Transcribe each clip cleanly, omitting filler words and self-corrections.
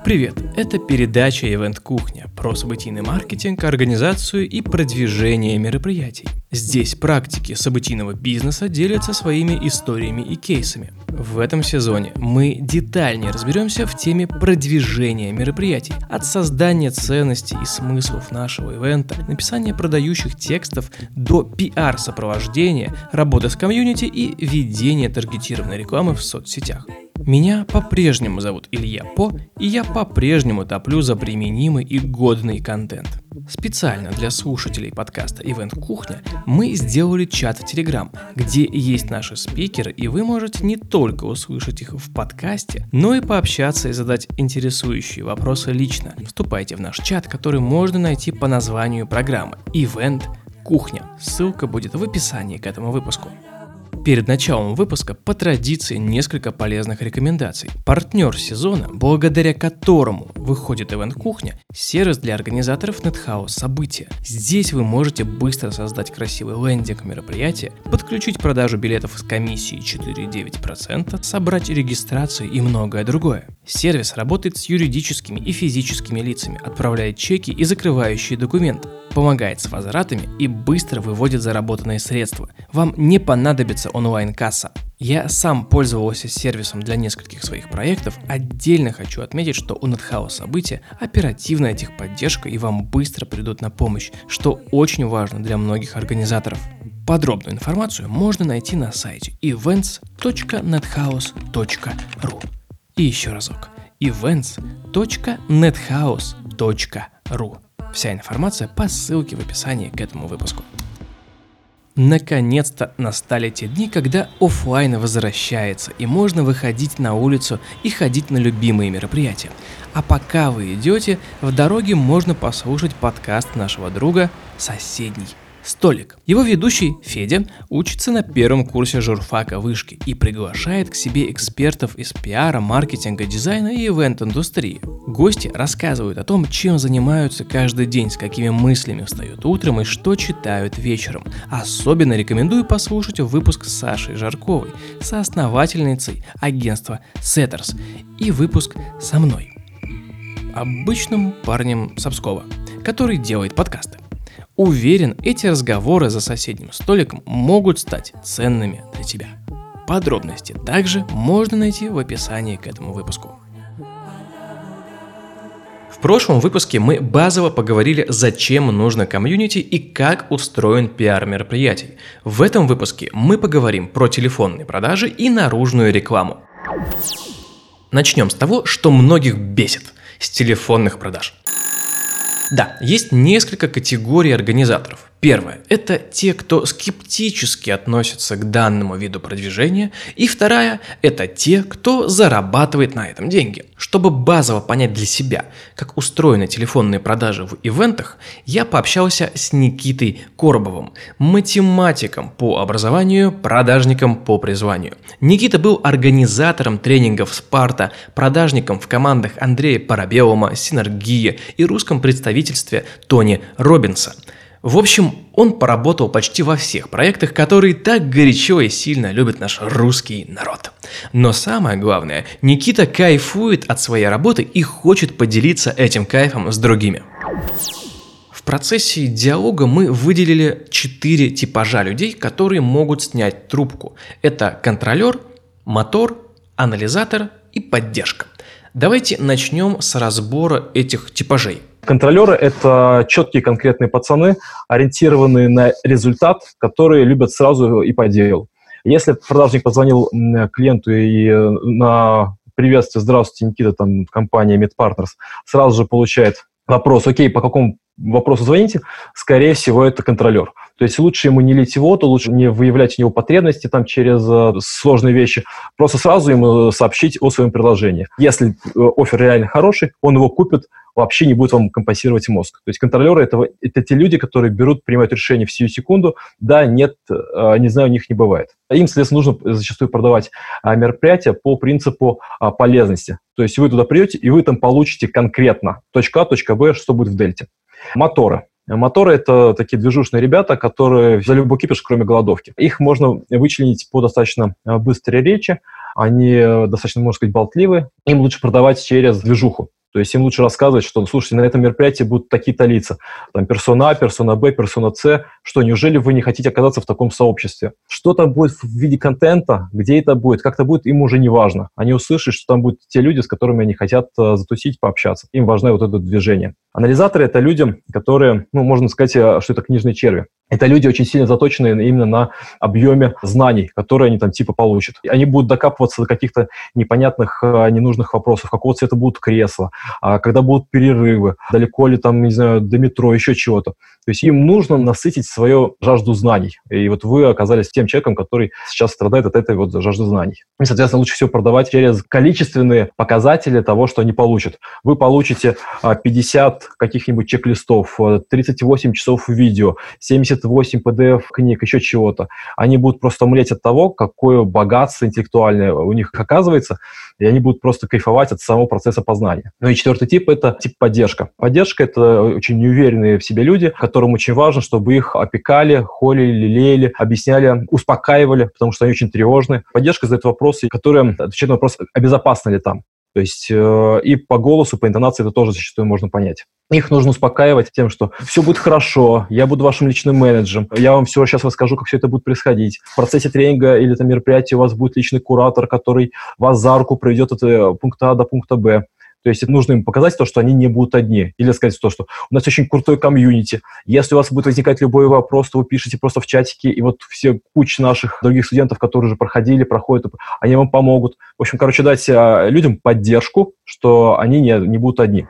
Привет! Это передача Event Кухня про событийный маркетинг, организацию и продвижение мероприятий. Здесь практики событийного бизнеса делятся своими историями и кейсами. В этом сезоне мы детальнее разберемся в теме продвижения мероприятий, от создания ценностей и смыслов нашего ивента, написания продающих текстов до пиар-сопровождения, работы с комьюнити и ведения таргетированной рекламы в соцсетях. Меня по-прежнему зовут Илья По, и я по-прежнему топлю за применимый и годный контент. Специально для слушателей подкаста Event Кухня мы сделали чат в Telegram, где есть наши спикеры, и вы можете не только услышать их в подкасте, но и пообщаться и задать интересующие вопросы лично. Вступайте в наш чат, который можно найти по названию программы Event Кухня. Ссылка будет в описании к этому выпуску. Перед началом выпуска по традиции несколько полезных рекомендаций. Партнер сезона, благодаря которому выходит Event Кухня, сервис для организаторов NetHouse события. Здесь вы можете быстро создать красивый лендинг мероприятия, подключить продажу билетов с комиссией 4,9%, собрать регистрацию и многое другое. Сервис работает с юридическими и физическими лицами, отправляет чеки и закрывающие документы, помогает с возвратами и быстро выводит заработанные средства. Вам не понадобится онлайн-касса. Я сам пользовался сервисом для нескольких своих проектов. Отдельно хочу отметить, что у NetHouse события оперативная техподдержка и вам быстро придут на помощь, что очень важно для многих организаторов. Подробную информацию можно найти на сайте events.nethouse.ru. И еще разок. events.nethouse.ru. Вся информация по ссылке в описании к этому выпуску. Наконец-то настали те дни, когда офлайн возвращается, и можно выходить на улицу и ходить на любимые мероприятия. А пока вы идете, в дороге можно послушать подкаст нашего друга «Соседний столик». Его ведущий Федя учится на первом курсе журфака вышки и приглашает к себе экспертов из пиара, маркетинга, дизайна и ивент-индустрии. Гости рассказывают о том, чем занимаются каждый день, с какими мыслями встают утром и что читают вечером. Особенно рекомендую послушать выпуск с Сашей Жарковой, соосновательницей агентства Setters, и выпуск со мной, обычным парнем с Пскова, который делает подкасты. Уверен, эти разговоры за соседним столиком могут стать ценными для тебя. Подробности также можно найти в описании к этому выпуску. В прошлом выпуске мы базово поговорили, зачем нужно комьюнити и как устроен пиар мероприятий. В этом выпуске мы поговорим про телефонные продажи и наружную рекламу. Начнем с того, что многих бесит – с телефонных продаж. Да, есть несколько категорий организаторов. Первое – это те, кто скептически относится к данному виду продвижения, и вторая – это те, кто зарабатывает на этом деньги. Чтобы базово понять для себя, как устроены телефонные продажи в ивентах, я пообщался с Никитой Коробовым, математиком по образованию, продажником по призванию. Никита был организатором тренингов «Спарта», продажником в командах Андрея Парабеллума, Синергия и русском представительстве Тони Роббинса. В общем, он поработал почти во всех проектах, которые так горячо и сильно любит наш русский народ. Но самое главное, Никита кайфует от своей работы и хочет поделиться этим кайфом с другими. В процессе диалога мы выделили 4 типажа людей, которые могут снять трубку. Это контролер, мотор, анализатор и поддержка. Давайте начнем с разбора этих типажей. Контролеры – это четкие конкретные пацаны, ориентированные на результат, которые любят сразу и по делу. Если продажник позвонил клиенту и на приветствие «Здравствуйте, Никита, там компания MedPartners», сразу же получает вопрос: «Окей, по какому вопросу звоните?» Скорее всего, это контролер. То есть лучше ему не лить его, то лучше не выявлять у него потребности там через сложные вещи, просто сразу ему сообщить о своем предложении. Если оффер реально хороший, он его купит, вообще не будет вам компенсировать мозг. То есть контролеры это те люди, которые принимают решения в сию секунду, да, нет, не знаю, у них не бывает. Им, соответственно, нужно зачастую продавать мероприятия по принципу полезности. То есть вы туда придете, и вы там получите конкретно точка А, точка Б, что будет в дельте. Моторы. Моторы – это такие движушные ребята, которые за любой кипиш, кроме голодовки. Их можно вычленить по достаточно быстрой речи, они достаточно, можно сказать, болтливы. Им лучше продавать через движуху. То есть им лучше рассказывать, что, слушайте, на этом мероприятии будут такие-то лица. Там персона А, персона Б, персона С. Что, неужели вы не хотите оказаться в таком сообществе? Что там будет в виде контента, где это будет, как это будет, им уже не важно. Они услышат, что там будут те люди, с которыми они хотят затусить, пообщаться. Им важно вот это движение. Анализаторы – это люди, которые, можно сказать, что это книжные черви. Это люди очень сильно заточенные именно на объеме знаний, которые они там типа получат. Они будут докапываться до каких-то непонятных, ненужных вопросов, какого цвета будут кресла, когда будут перерывы, далеко ли там, не знаю, до метро, еще чего-то. То есть им нужно насытить свою жажду знаний. И вот вы оказались тем человеком, который сейчас страдает от этой вот жажды знаний. И, соответственно, лучше всего продавать через количественные показатели того, что они получат. Вы получите 50 каких-нибудь чек-листов, 38 часов видео, 78 PDF-книг, еще чего-то. Они будут просто умереть от того, какое богатство интеллектуальное у них оказывается, и они будут просто кайфовать от самого процесса познания. Ну и четвертый тип – это тип поддержка. Поддержка – это очень неуверенные в себе люди, которым очень важно, чтобы их опекали, холили, лелеяли, объясняли, успокаивали, потому что они очень тревожны. Поддержка задает вопросы, которые отвечают на вопрос, а безопасно ли там. То есть и по голосу, по интонации это тоже зачастую можно понять. Их нужно успокаивать тем, что все будет хорошо, я буду вашим личным менеджером, я вам все сейчас расскажу, как все это будет происходить. В процессе тренинга или там мероприятия у вас будет личный куратор, который вас за руку проведет от пункта А до пункта Б. То есть нужно им показать то, что они не будут одни. Или сказать то, что у нас очень крутой комьюнити. Если у вас будет возникать любой вопрос, то вы пишите просто в чатике, и вот все куча наших других студентов, которые уже проходили, проходят, они вам помогут. В общем, дать людям поддержку, что они не будут одни.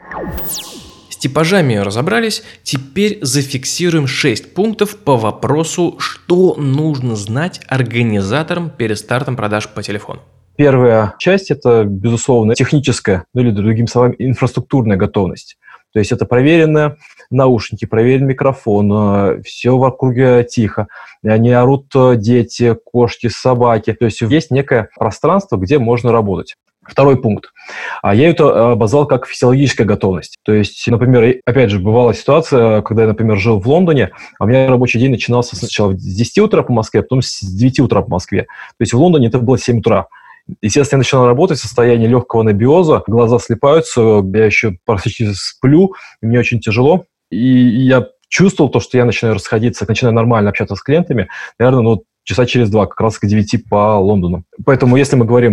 С типажами разобрались, теперь зафиксируем 6 пунктов по вопросу, что нужно знать организаторам перед стартом продаж по телефону. Первая часть – это, безусловно, техническая, или, другими словами, инфраструктурная готовность. То есть это проверенные наушники, проверенный микрофон, все в округе тихо, не орут дети, кошки, собаки. То есть есть некое пространство, где можно работать. Второй пункт. Я это обозвал как физиологическая готовность. То есть, например, опять же, бывала ситуация, когда я, например, жил в Лондоне, а у меня рабочий день начинался сначала с 10 утра по Москве, а потом с 9 утра по Москве. То есть в Лондоне это было 7 утра. Естественно, я начинал работать в состоянии легкого анабиоза, глаза слипаются, я еще практически сплю, мне очень тяжело. И я чувствовал то, что я начинаю расходиться, начинаю нормально общаться с клиентами, наверное, часа через 2, как раз к 9 по Лондону. Поэтому, если мы говорим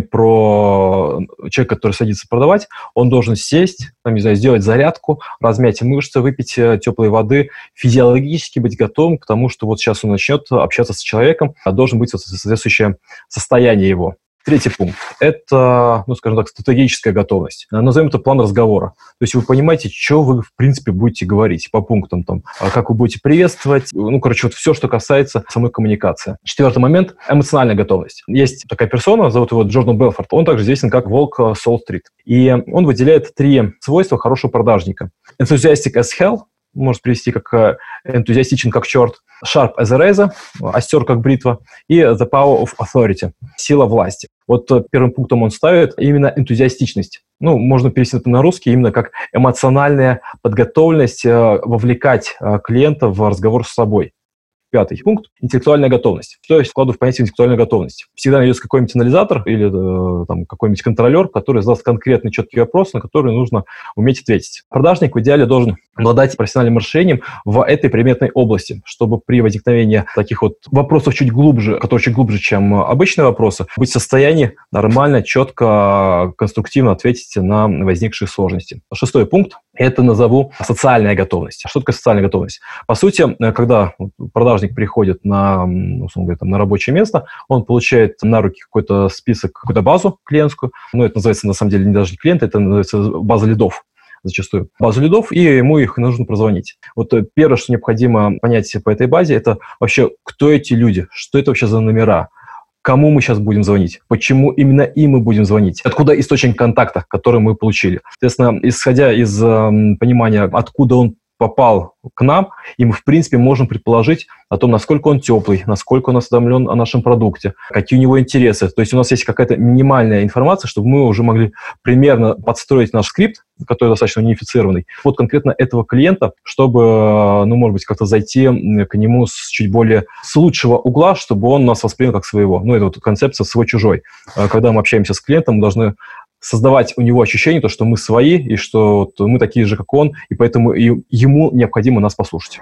про человека, который садится продавать, он должен сесть, сделать зарядку, размять мышцы, выпить теплой воды, физиологически быть готовым к тому, что вот сейчас он начнет общаться с человеком, а должен быть соответствующее состояние его. Третий пункт – это, стратегическая готовность. Назовем это план разговора. То есть вы понимаете, что вы, в принципе, будете говорить по пунктам, как вы будете приветствовать, все, что касается самой коммуникации. Четвертый момент – эмоциональная готовность. Есть такая персона, зовут его Джордан Белфорд, он также известен как Волк Солл-стрит. И он выделяет 3 свойства хорошего продажника. Enthusiastic as hell, может привести как энтузиастичен как черт, sharp as a razor, остер как бритва, и the power of authority, сила власти. Вот первым пунктом он ставит именно энтузиастичность. Можно перевести это на русский именно как эмоциональная подготовленность, вовлекать клиента в разговор с собой. Пятый пункт – интеллектуальная готовность. Что я вкладываю в понятие интеллектуальной готовности? Всегда найдется какой-нибудь анализатор или какой-нибудь контролер, который задаст конкретный четкий вопрос, на который нужно уметь ответить. Продажник в идеале должен обладать профессиональным мышлением в этой предметной области, чтобы при возникновении таких вот вопросов чуть глубже, которые чуть глубже, чем обычные вопросы, быть в состоянии нормально, четко, конструктивно ответить на возникшие сложности. Шестой пункт – это назову социальная готовность. Что такое социальная готовность? По сути, когда продажник приходит на рабочее место, он получает на руки какой-то список, какую-то базу клиентскую. Это называется, на самом деле, даже не клиент, это называется база лидов. Зачастую базу лидов, и ему их нужно прозвонить. Первое, что необходимо понять по этой базе, это вообще, кто эти люди, что это вообще за номера, кому мы сейчас будем звонить, почему именно им мы будем звонить, откуда источник контакта, который мы получили. Соответственно, исходя из понимания, откуда он попал к нам, и мы, в принципе, можем предположить о том, насколько он теплый, насколько он осведомлен о нашем продукте, какие у него интересы. То есть у нас есть какая-то минимальная информация, чтобы мы уже могли примерно подстроить наш скрипт, который достаточно унифицированный, конкретно этого клиента, чтобы, может быть, как-то зайти к нему с лучшего угла, чтобы он нас воспринял как своего. Это концепция свой-чужой. Когда мы общаемся с клиентом, мы должны создавать у него ощущение, то, что мы свои, и что вот мы такие же, как он, и поэтому ему необходимо нас послушать.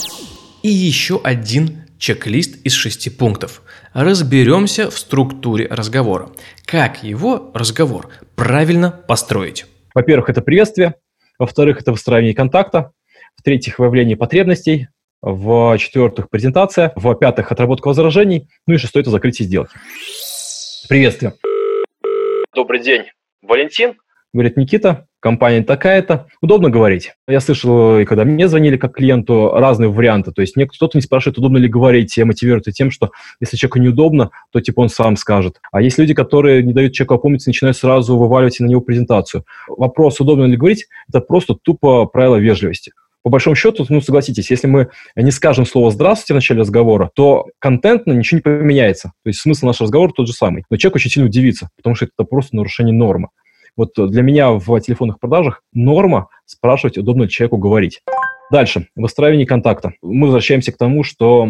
И еще один чек-лист из 6 пунктов. Разберемся в структуре разговора. Как его разговор правильно построить? Во-первых, это приветствие. Во-вторых, это выстраивание контакта. В-третьих, выявление потребностей. В-четвертых, презентация. В-пятых, отработка возражений. Ну и шестое – это закрытие сделки. Приветствие. Добрый день. Валентин? Говорит, Никита, компания такая-то. Удобно говорить? Я слышал, и когда мне звонили как клиенту, разные варианты. То есть кто-то не спрашивает, удобно ли говорить, я мотивирую это тем, что если человеку неудобно, то типа он сам скажет. А есть люди, которые не дают человеку опомниться, начинают сразу вываливать на него презентацию. Вопрос, удобно ли говорить, это просто тупо правило вежливости. По большому счету, согласитесь, если мы не скажем слово «здравствуйте» в начале разговора, то контентно ничего не поменяется. То есть смысл нашего разговора тот же самый. Но человек очень сильно удивится, потому что это просто нарушение нормы. Вот для меня в телефонных продажах норма спрашивать, удобно ли человеку говорить. Дальше. Выстраивание контакта. Мы возвращаемся к тому, что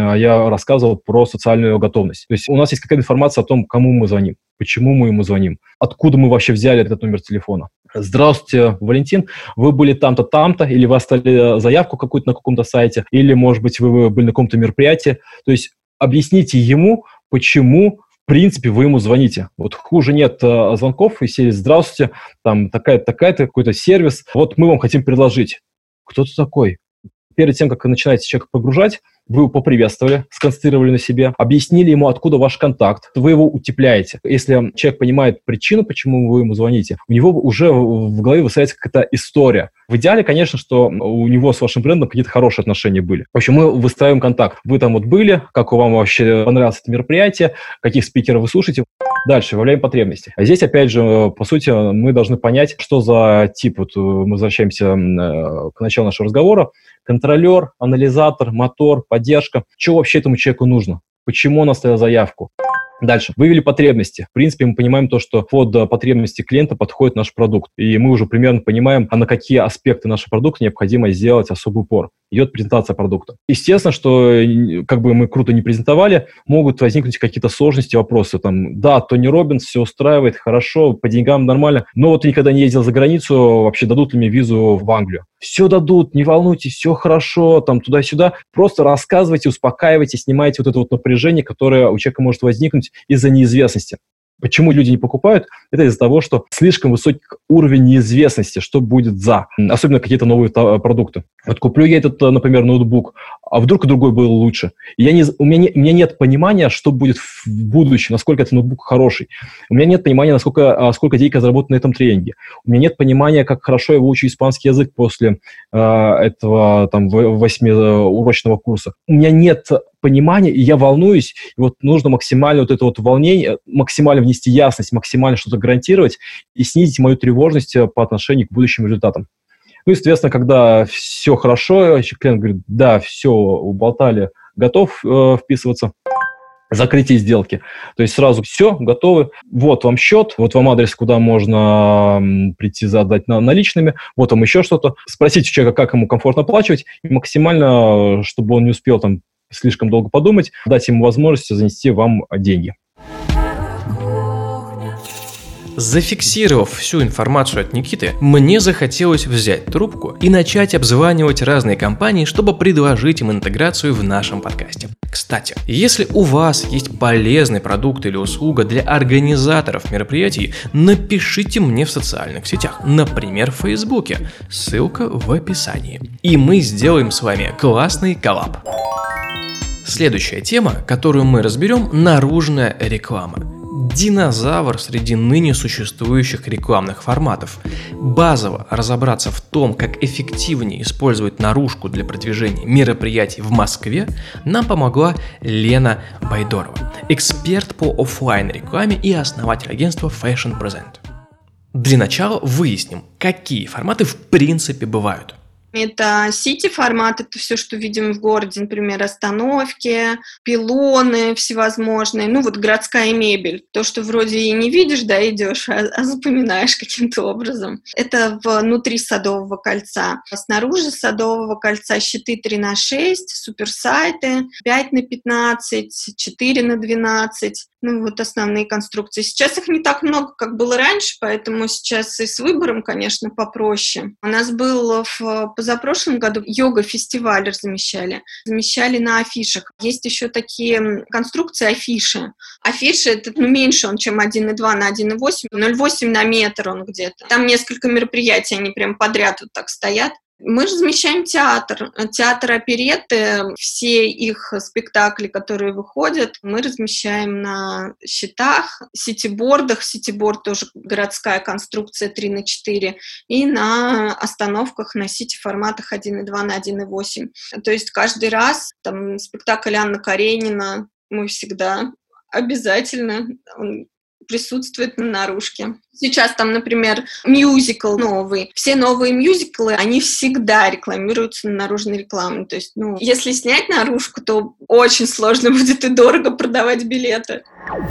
я рассказывал про социальную готовность. То есть у нас есть какая-то информация о том, кому мы звоним, почему мы ему звоним, откуда мы вообще взяли этот номер телефона. Здравствуйте, Валентин, вы были там-то, там-то, или вы оставили заявку какую-то на каком-то сайте, или, может быть, вы были на каком-то мероприятии. То есть объясните ему, почему в принципе, вы ему звоните. Вот хуже нет звонков и серии «Здравствуйте, там такая-то, какой-то сервис, вот мы вам хотим предложить». Кто ты такой? Перед тем, как вы начинаете человека погружать, вы его поприветствовали, сконцентрировали на себе, объяснили ему, откуда ваш контакт, вы его утепляете. Если человек понимает причину, почему вы ему звоните, у него уже в голове выстраивается какая-то история. В идеале, конечно, что у него с вашим брендом какие-то хорошие отношения были. В общем, мы выстраиваем контакт. Вы там вот были, как вам вообще понравилось это мероприятие, каких спикеров вы слушаете. Дальше, выявляем потребности. А здесь, опять же, по сути, мы должны понять, что за тип, вот мы возвращаемся к началу нашего разговора, контролер, анализатор, мотор, поддержка. Что вообще этому человеку нужно? Почему он оставил заявку? Дальше. Выявили потребности. В принципе, мы понимаем то, что под потребности клиента подходит наш продукт. И мы уже примерно понимаем, на какие аспекты нашего продукта необходимо сделать особый упор. Идет презентация продукта. Естественно, что как бы мы круто не презентовали, могут возникнуть какие-то сложности, вопросы. Там, да, Тони Роббинс, все устраивает, хорошо, по деньгам нормально. Но вот никогда не ездил за границу, вообще дадут ли мне визу в Англию? Все дадут, не волнуйтесь, все хорошо, там туда-сюда. Просто рассказывайте, успокаивайте, снимайте вот это вот напряжение, которое у человека может возникнуть из-за неизвестности. Почему люди не покупают? Это из-за того, что слишком высокий уровень неизвестности, что будет за. Особенно какие-то новые продукты. Вот куплю я этот, например, ноутбук, а вдруг другой был лучше. И у меня нет понимания, что будет в будущем, насколько этот ноутбук хороший. У меня нет понимания, сколько денег я заработаю на этом тренинге. У меня нет понимания, как хорошо я выучу испанский язык после этого 8-урочного курса. У меня нет понимания, и я волнуюсь, и вот нужно максимально вот это вот волнение, максимально внести ясность, максимально что-то гарантировать и снизить мою тревожность по отношению к будущим результатам. Ну, естественно, когда все хорошо, клиент говорит, да, все, уболтали, готов вписываться, закрытие сделки. То есть сразу все, готовы, вот вам счет, вот вам адрес, куда можно прийти задать наличными, вот вам еще что-то. Спросите у человека, как ему комфортно оплачивать, и максимально, чтобы он не успел там слишком долго подумать, дать ему возможность занести вам деньги. Зафиксировав всю информацию от Никиты, мне захотелось взять трубку и начать обзванивать разные компании, чтобы предложить им интеграцию в нашем подкасте. Кстати, если у вас есть полезный продукт или услуга для организаторов мероприятий, напишите мне в социальных сетях, например, в Фейсбуке. Ссылка в описании. И мы сделаем с вами классный коллаб. Следующая тема, которую мы разберем – наружная реклама. Динозавр среди ныне существующих рекламных форматов. Базово разобраться в том, как эффективнее использовать наружку для продвижения мероприятий в Москве, нам помогла Лена Байдорова, эксперт по офлайн рекламе и основатель агентства Fashion Present. Для начала выясним, какие форматы в принципе бывают. Это сити-формат, это все, что видим в городе, например, остановки, пилоны всевозможные, ну вот городская мебель, то, что вроде и не видишь, да, идешь, а запоминаешь каким-то образом. Это внутри Садового кольца. Снаружи Садового кольца щиты 3х6, суперсайты, 5х15, 4х12, Ну, вот основные конструкции. Сейчас их не так много, как было раньше, поэтому сейчас и с выбором, конечно, попроще. У нас был в позапрошлом году йога-фестиваль размещали. Замещали на афишах. Есть еще такие конструкции афиши. Афиши — это меньше он, чем 1,2 на 1,8, 0,8 на метр он где-то. Там несколько мероприятий, они прям подряд вот так стоят. Мы же замещаем театр оперетты, все их спектакли, которые выходят, мы размещаем на щитах, ситибордах, ситиборд тоже городская конструкция 3х4, и на остановках на сити-форматах 1,2 на 1,8. То есть каждый раз там спектакль Анна Каренина мы всегда обязательно он присутствует на наружке. Сейчас там, например, мюзикл новый. Все новые мюзиклы, они всегда рекламируются на наружной рекламе. То есть, если снять наружку, то очень сложно будет и дорого продавать билеты.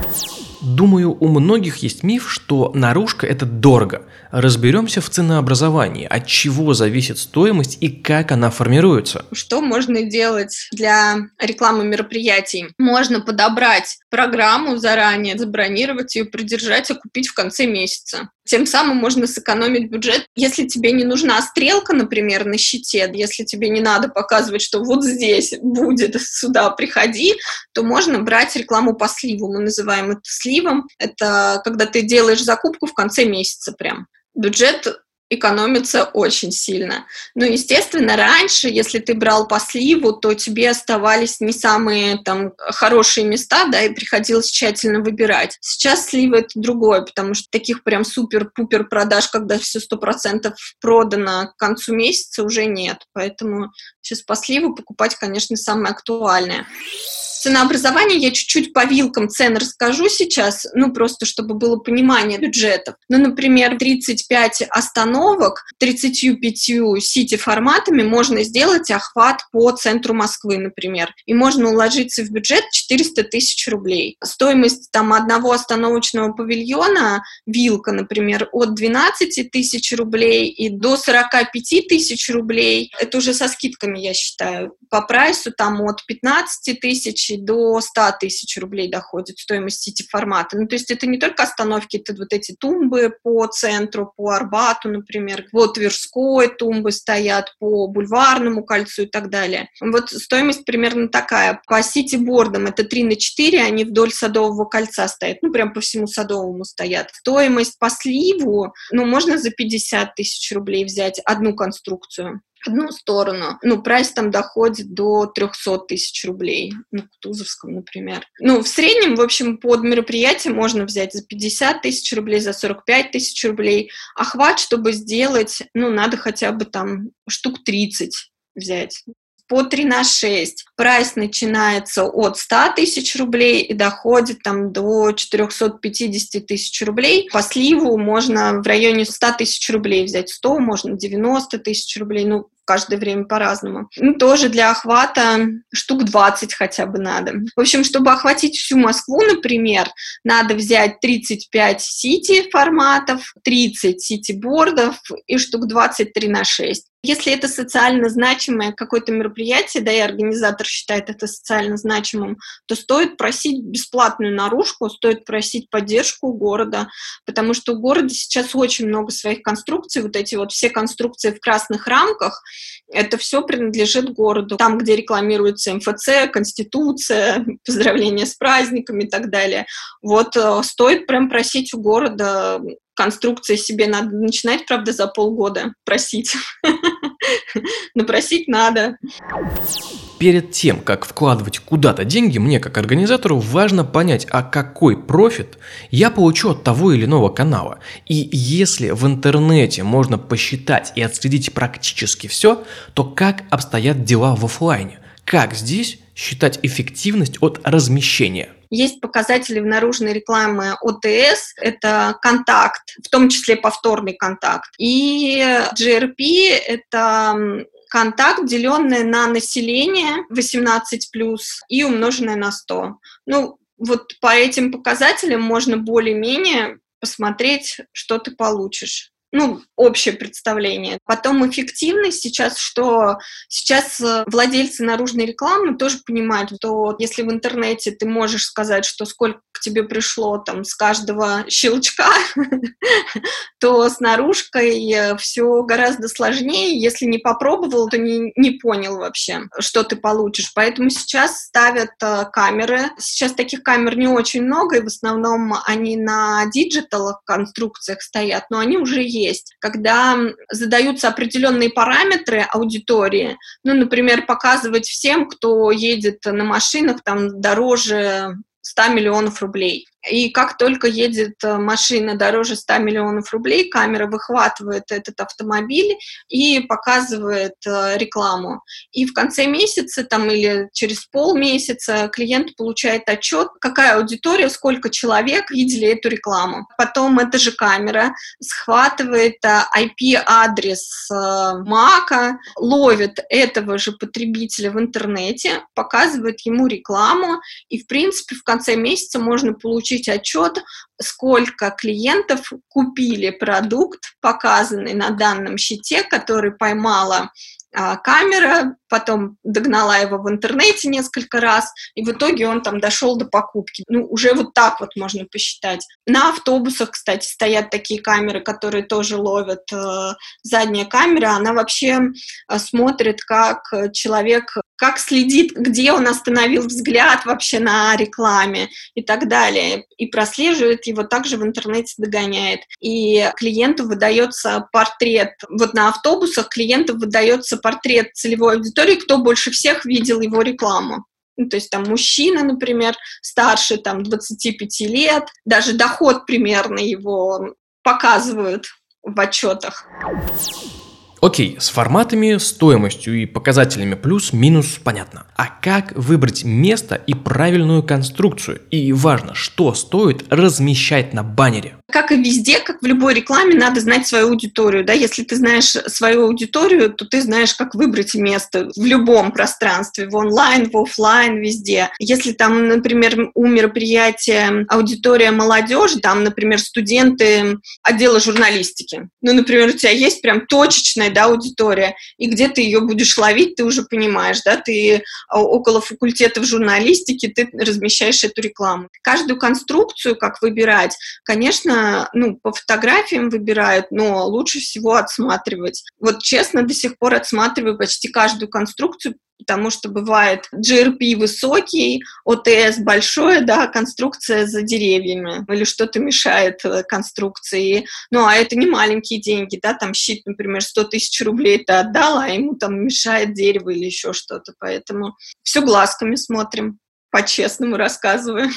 Думаю, у многих есть миф, что наружка – это дорого. Разберемся в ценообразовании, от чего зависит стоимость и как она формируется. Что можно делать для рекламы мероприятий? Можно подобрать программу заранее, забронировать ее, придержать и купить в конце месяца. Тем самым можно сэкономить бюджет. Если тебе не нужна стрелка, например, на щите, если тебе не надо показывать, что вот здесь будет, сюда приходи, то можно брать рекламу по сливу. Мы называем это сливом. Это когда ты делаешь закупку в конце месяца прям. Бюджет экономится очень сильно. Ну, естественно, раньше, если ты брал по сливу, то тебе оставались не самые там хорошие места, да, и приходилось тщательно выбирать. Сейчас сливы — это другое, потому что таких прям супер-пупер продаж, когда все 100% продано к концу месяца, уже нет. Поэтому сейчас по сливу покупать, конечно, самое актуальное. Ценообразование я чуть-чуть по вилкам цен расскажу сейчас, просто чтобы было понимание бюджетов. Например, 35 остановок, 35 сити-форматами можно сделать охват по центру Москвы, например. И можно уложиться в бюджет 400 тысяч рублей. Стоимость там одного остановочного павильона, вилка, например, от 12 тысяч рублей и до 45 тысяч рублей. Это уже со скидками, я считаю. По прайсу там от 15 тысяч до 100 тысяч рублей доходит стоимость сити-формата. То есть это не только остановки, это вот эти тумбы по центру, по Арбату, например, вот Тверской тумбы стоят, по Бульварному кольцу и так далее. Вот стоимость примерно такая. По сити-бордам это 3х4, они вдоль Садового кольца стоят, прям по всему Садовому стоят. Стоимость по сливу, можно за 50 тысяч рублей взять одну конструкцию. Одну сторону. Прайс там доходит до 300 тысяч рублей. В Кутузовском, например. В среднем, в общем, под мероприятие можно взять за 50 тысяч рублей, за 45 тысяч рублей. Охват, чтобы сделать, надо хотя бы там штук 30 взять. По 3х6 прайс начинается от 100 тысяч рублей и доходит там до 450 тысяч рублей. По сливу можно в районе 100 тысяч рублей взять. 100, можно 90 тысяч рублей. В каждое время по-разному. Тоже для охвата штук 20 хотя бы надо. В общем, чтобы охватить всю Москву, например, надо взять 35 сити-форматов, 30 сити-бордов и штук 20 3х6. Если это социально значимое какое-то мероприятие, да, и организатор считает это социально значимым, то стоит просить бесплатную наружку, стоит просить поддержку у города, потому что у города сейчас очень много своих конструкций, вот эти вот все конструкции в красных рамках, это все принадлежит городу. Там, где рекламируется МФЦ, Конституция, поздравления с праздниками и так далее. Вот стоит прям просить у города конструкции себе. Надо начинать, правда, за полгода просить. Но просить надо. Перед тем, как вкладывать куда-то деньги, мне как организатору важно понять, а какой профит я получу от того или иного канала. И если в интернете можно посчитать и отследить практически все, то как обстоят дела в офлайне? Как здесь считать эффективность от размещения? Есть показатели в наружной рекламе ОТС, это контакт, в том числе повторный контакт. И GRP – это контакт, деленный на население 18+, и умноженное на 100. Вот по этим показателям можно более-менее посмотреть, что ты получишь. общее представление. Потом эффективность сейчас, что сейчас владельцы наружной рекламы тоже понимают, что если в интернете ты можешь сказать, что сколько к тебе пришло там с каждого щелчка, то с наружкой все гораздо сложнее. Если не попробовал, то не понял вообще, что ты получишь. Поэтому сейчас ставят камеры. Сейчас таких камер не очень много, и в основном они на диджитал конструкциях стоят, но они уже есть. Когда задаются определенные параметры аудитории, например, показывать всем, кто едет на машинах там дороже 100 миллионов рублей. И как только едет машина дороже 100 миллионов рублей, камера выхватывает этот автомобиль и показывает рекламу. И в конце месяца или через полмесяца клиент получает отчет, какая аудитория, сколько человек видели эту рекламу. Потом эта же камера схватывает IP-адрес МАКа, ловит этого же потребителя в интернете, показывает ему рекламу, и, в принципе, в конце месяца можно получить отчет, сколько клиентов купили продукт, показанный на данном щите, который поймала камера, потом догнала его в интернете несколько раз, и в итоге он там дошел до покупки. Уже вот так вот можно посчитать. На автобусах, кстати, стоят такие камеры, которые тоже ловят. Задняя камера, она вообще смотрит, как человек, как следит, где он остановил взгляд вообще на рекламе и так далее. И прослеживает его, также в интернете догоняет. И клиенту выдается портрет. Вот на автобусах клиенту выдается портрет целевой аудитории, кто больше всех видел его рекламу. То есть там мужчина, например, старше 25 лет, даже доход примерно его показывают в отчетах. Окей, с форматами, стоимостью и показателями плюс-минус понятно. А как выбрать место и правильную конструкцию? И важно, что стоит размещать на баннере? Как и везде, как в любой рекламе, надо знать свою аудиторию. Да? Если ты знаешь свою аудиторию, то ты знаешь, как выбрать место в любом пространстве, в онлайн, в офлайн, везде. Если там, например, у мероприятия аудитория молодежи, там, например, студенты отдела журналистики, например, у тебя есть прям точечная, да, аудитория, и где ты ее будешь ловить, ты уже понимаешь, да, ты около факультетов журналистики, ты размещаешь эту рекламу. Каждую конструкцию, как выбирать, конечно, по фотографиям выбирают, но лучше всего отсматривать. Вот честно, до сих пор отсматриваю почти каждую конструкцию, потому что бывает GRP высокий, ОТС большое, да, конструкция за деревьями, или что-то мешает конструкции. А это не маленькие деньги, да, там щит, например, 100 тысяч рублей ты отдала, а ему там мешает дерево или еще что-то, поэтому все глазками смотрим, по-честному рассказываю.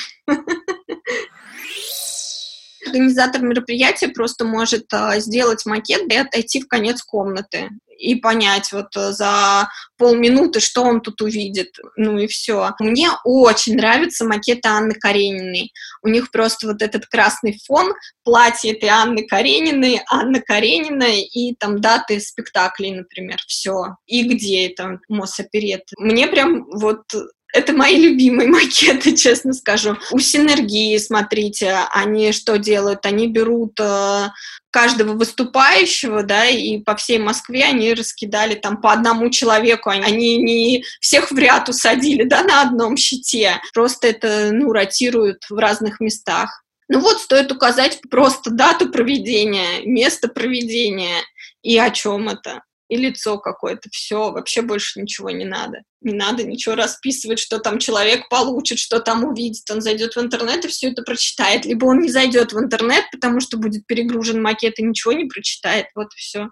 Организатор мероприятия просто может сделать макет и отойти в конец комнаты и понять за полминуты, что он тут увидит, и все. Мне очень нравятся макеты Анны Карениной. У них просто этот красный фон, платье этой Анны Карениной, Анна Каренина и там даты спектаклей, например, все. И где это Мосоперетта. Мне прям это мои любимые макеты, честно скажу. У Синергии, смотрите, они что делают? Они берут каждого выступающего, да, и по всей Москве они раскидали там по одному человеку. Они не всех в ряд усадили, да, на одном щите. Просто это, ротируют в разных местах. Стоит указать просто дату проведения, место проведения и о чем это. И лицо какое-то, все, вообще больше ничего не надо. Не надо ничего расписывать, что там человек получит, что там увидит. Он зайдет в интернет и все это прочитает. Либо он не зайдет в интернет, потому что будет перегружен макет и ничего не прочитает. Вот и все.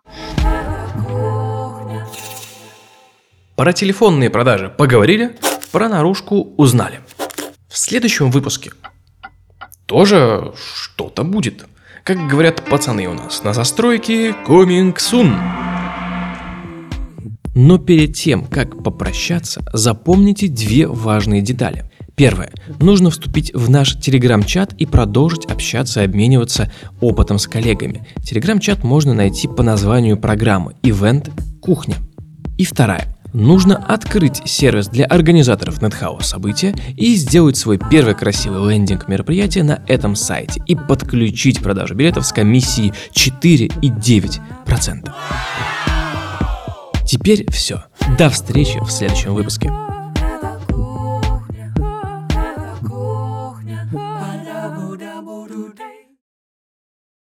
Про телефонные продажи поговорили, про наружку узнали. В следующем выпуске тоже что-то будет. Как говорят пацаны у нас на застройке, coming soon. Но перед тем, как попрощаться, запомните две важные детали. Первое. Нужно вступить в наш телеграм-чат и продолжить общаться и обмениваться опытом с коллегами. Телеграм-чат можно найти по названию программы «Ивент Кухня». И вторая. Нужно открыть сервис для организаторов NetHouse события и сделать свой первый красивый лендинг мероприятия на этом сайте и подключить продажу билетов с комиссией 4,9%. Теперь все. До встречи в следующем выпуске.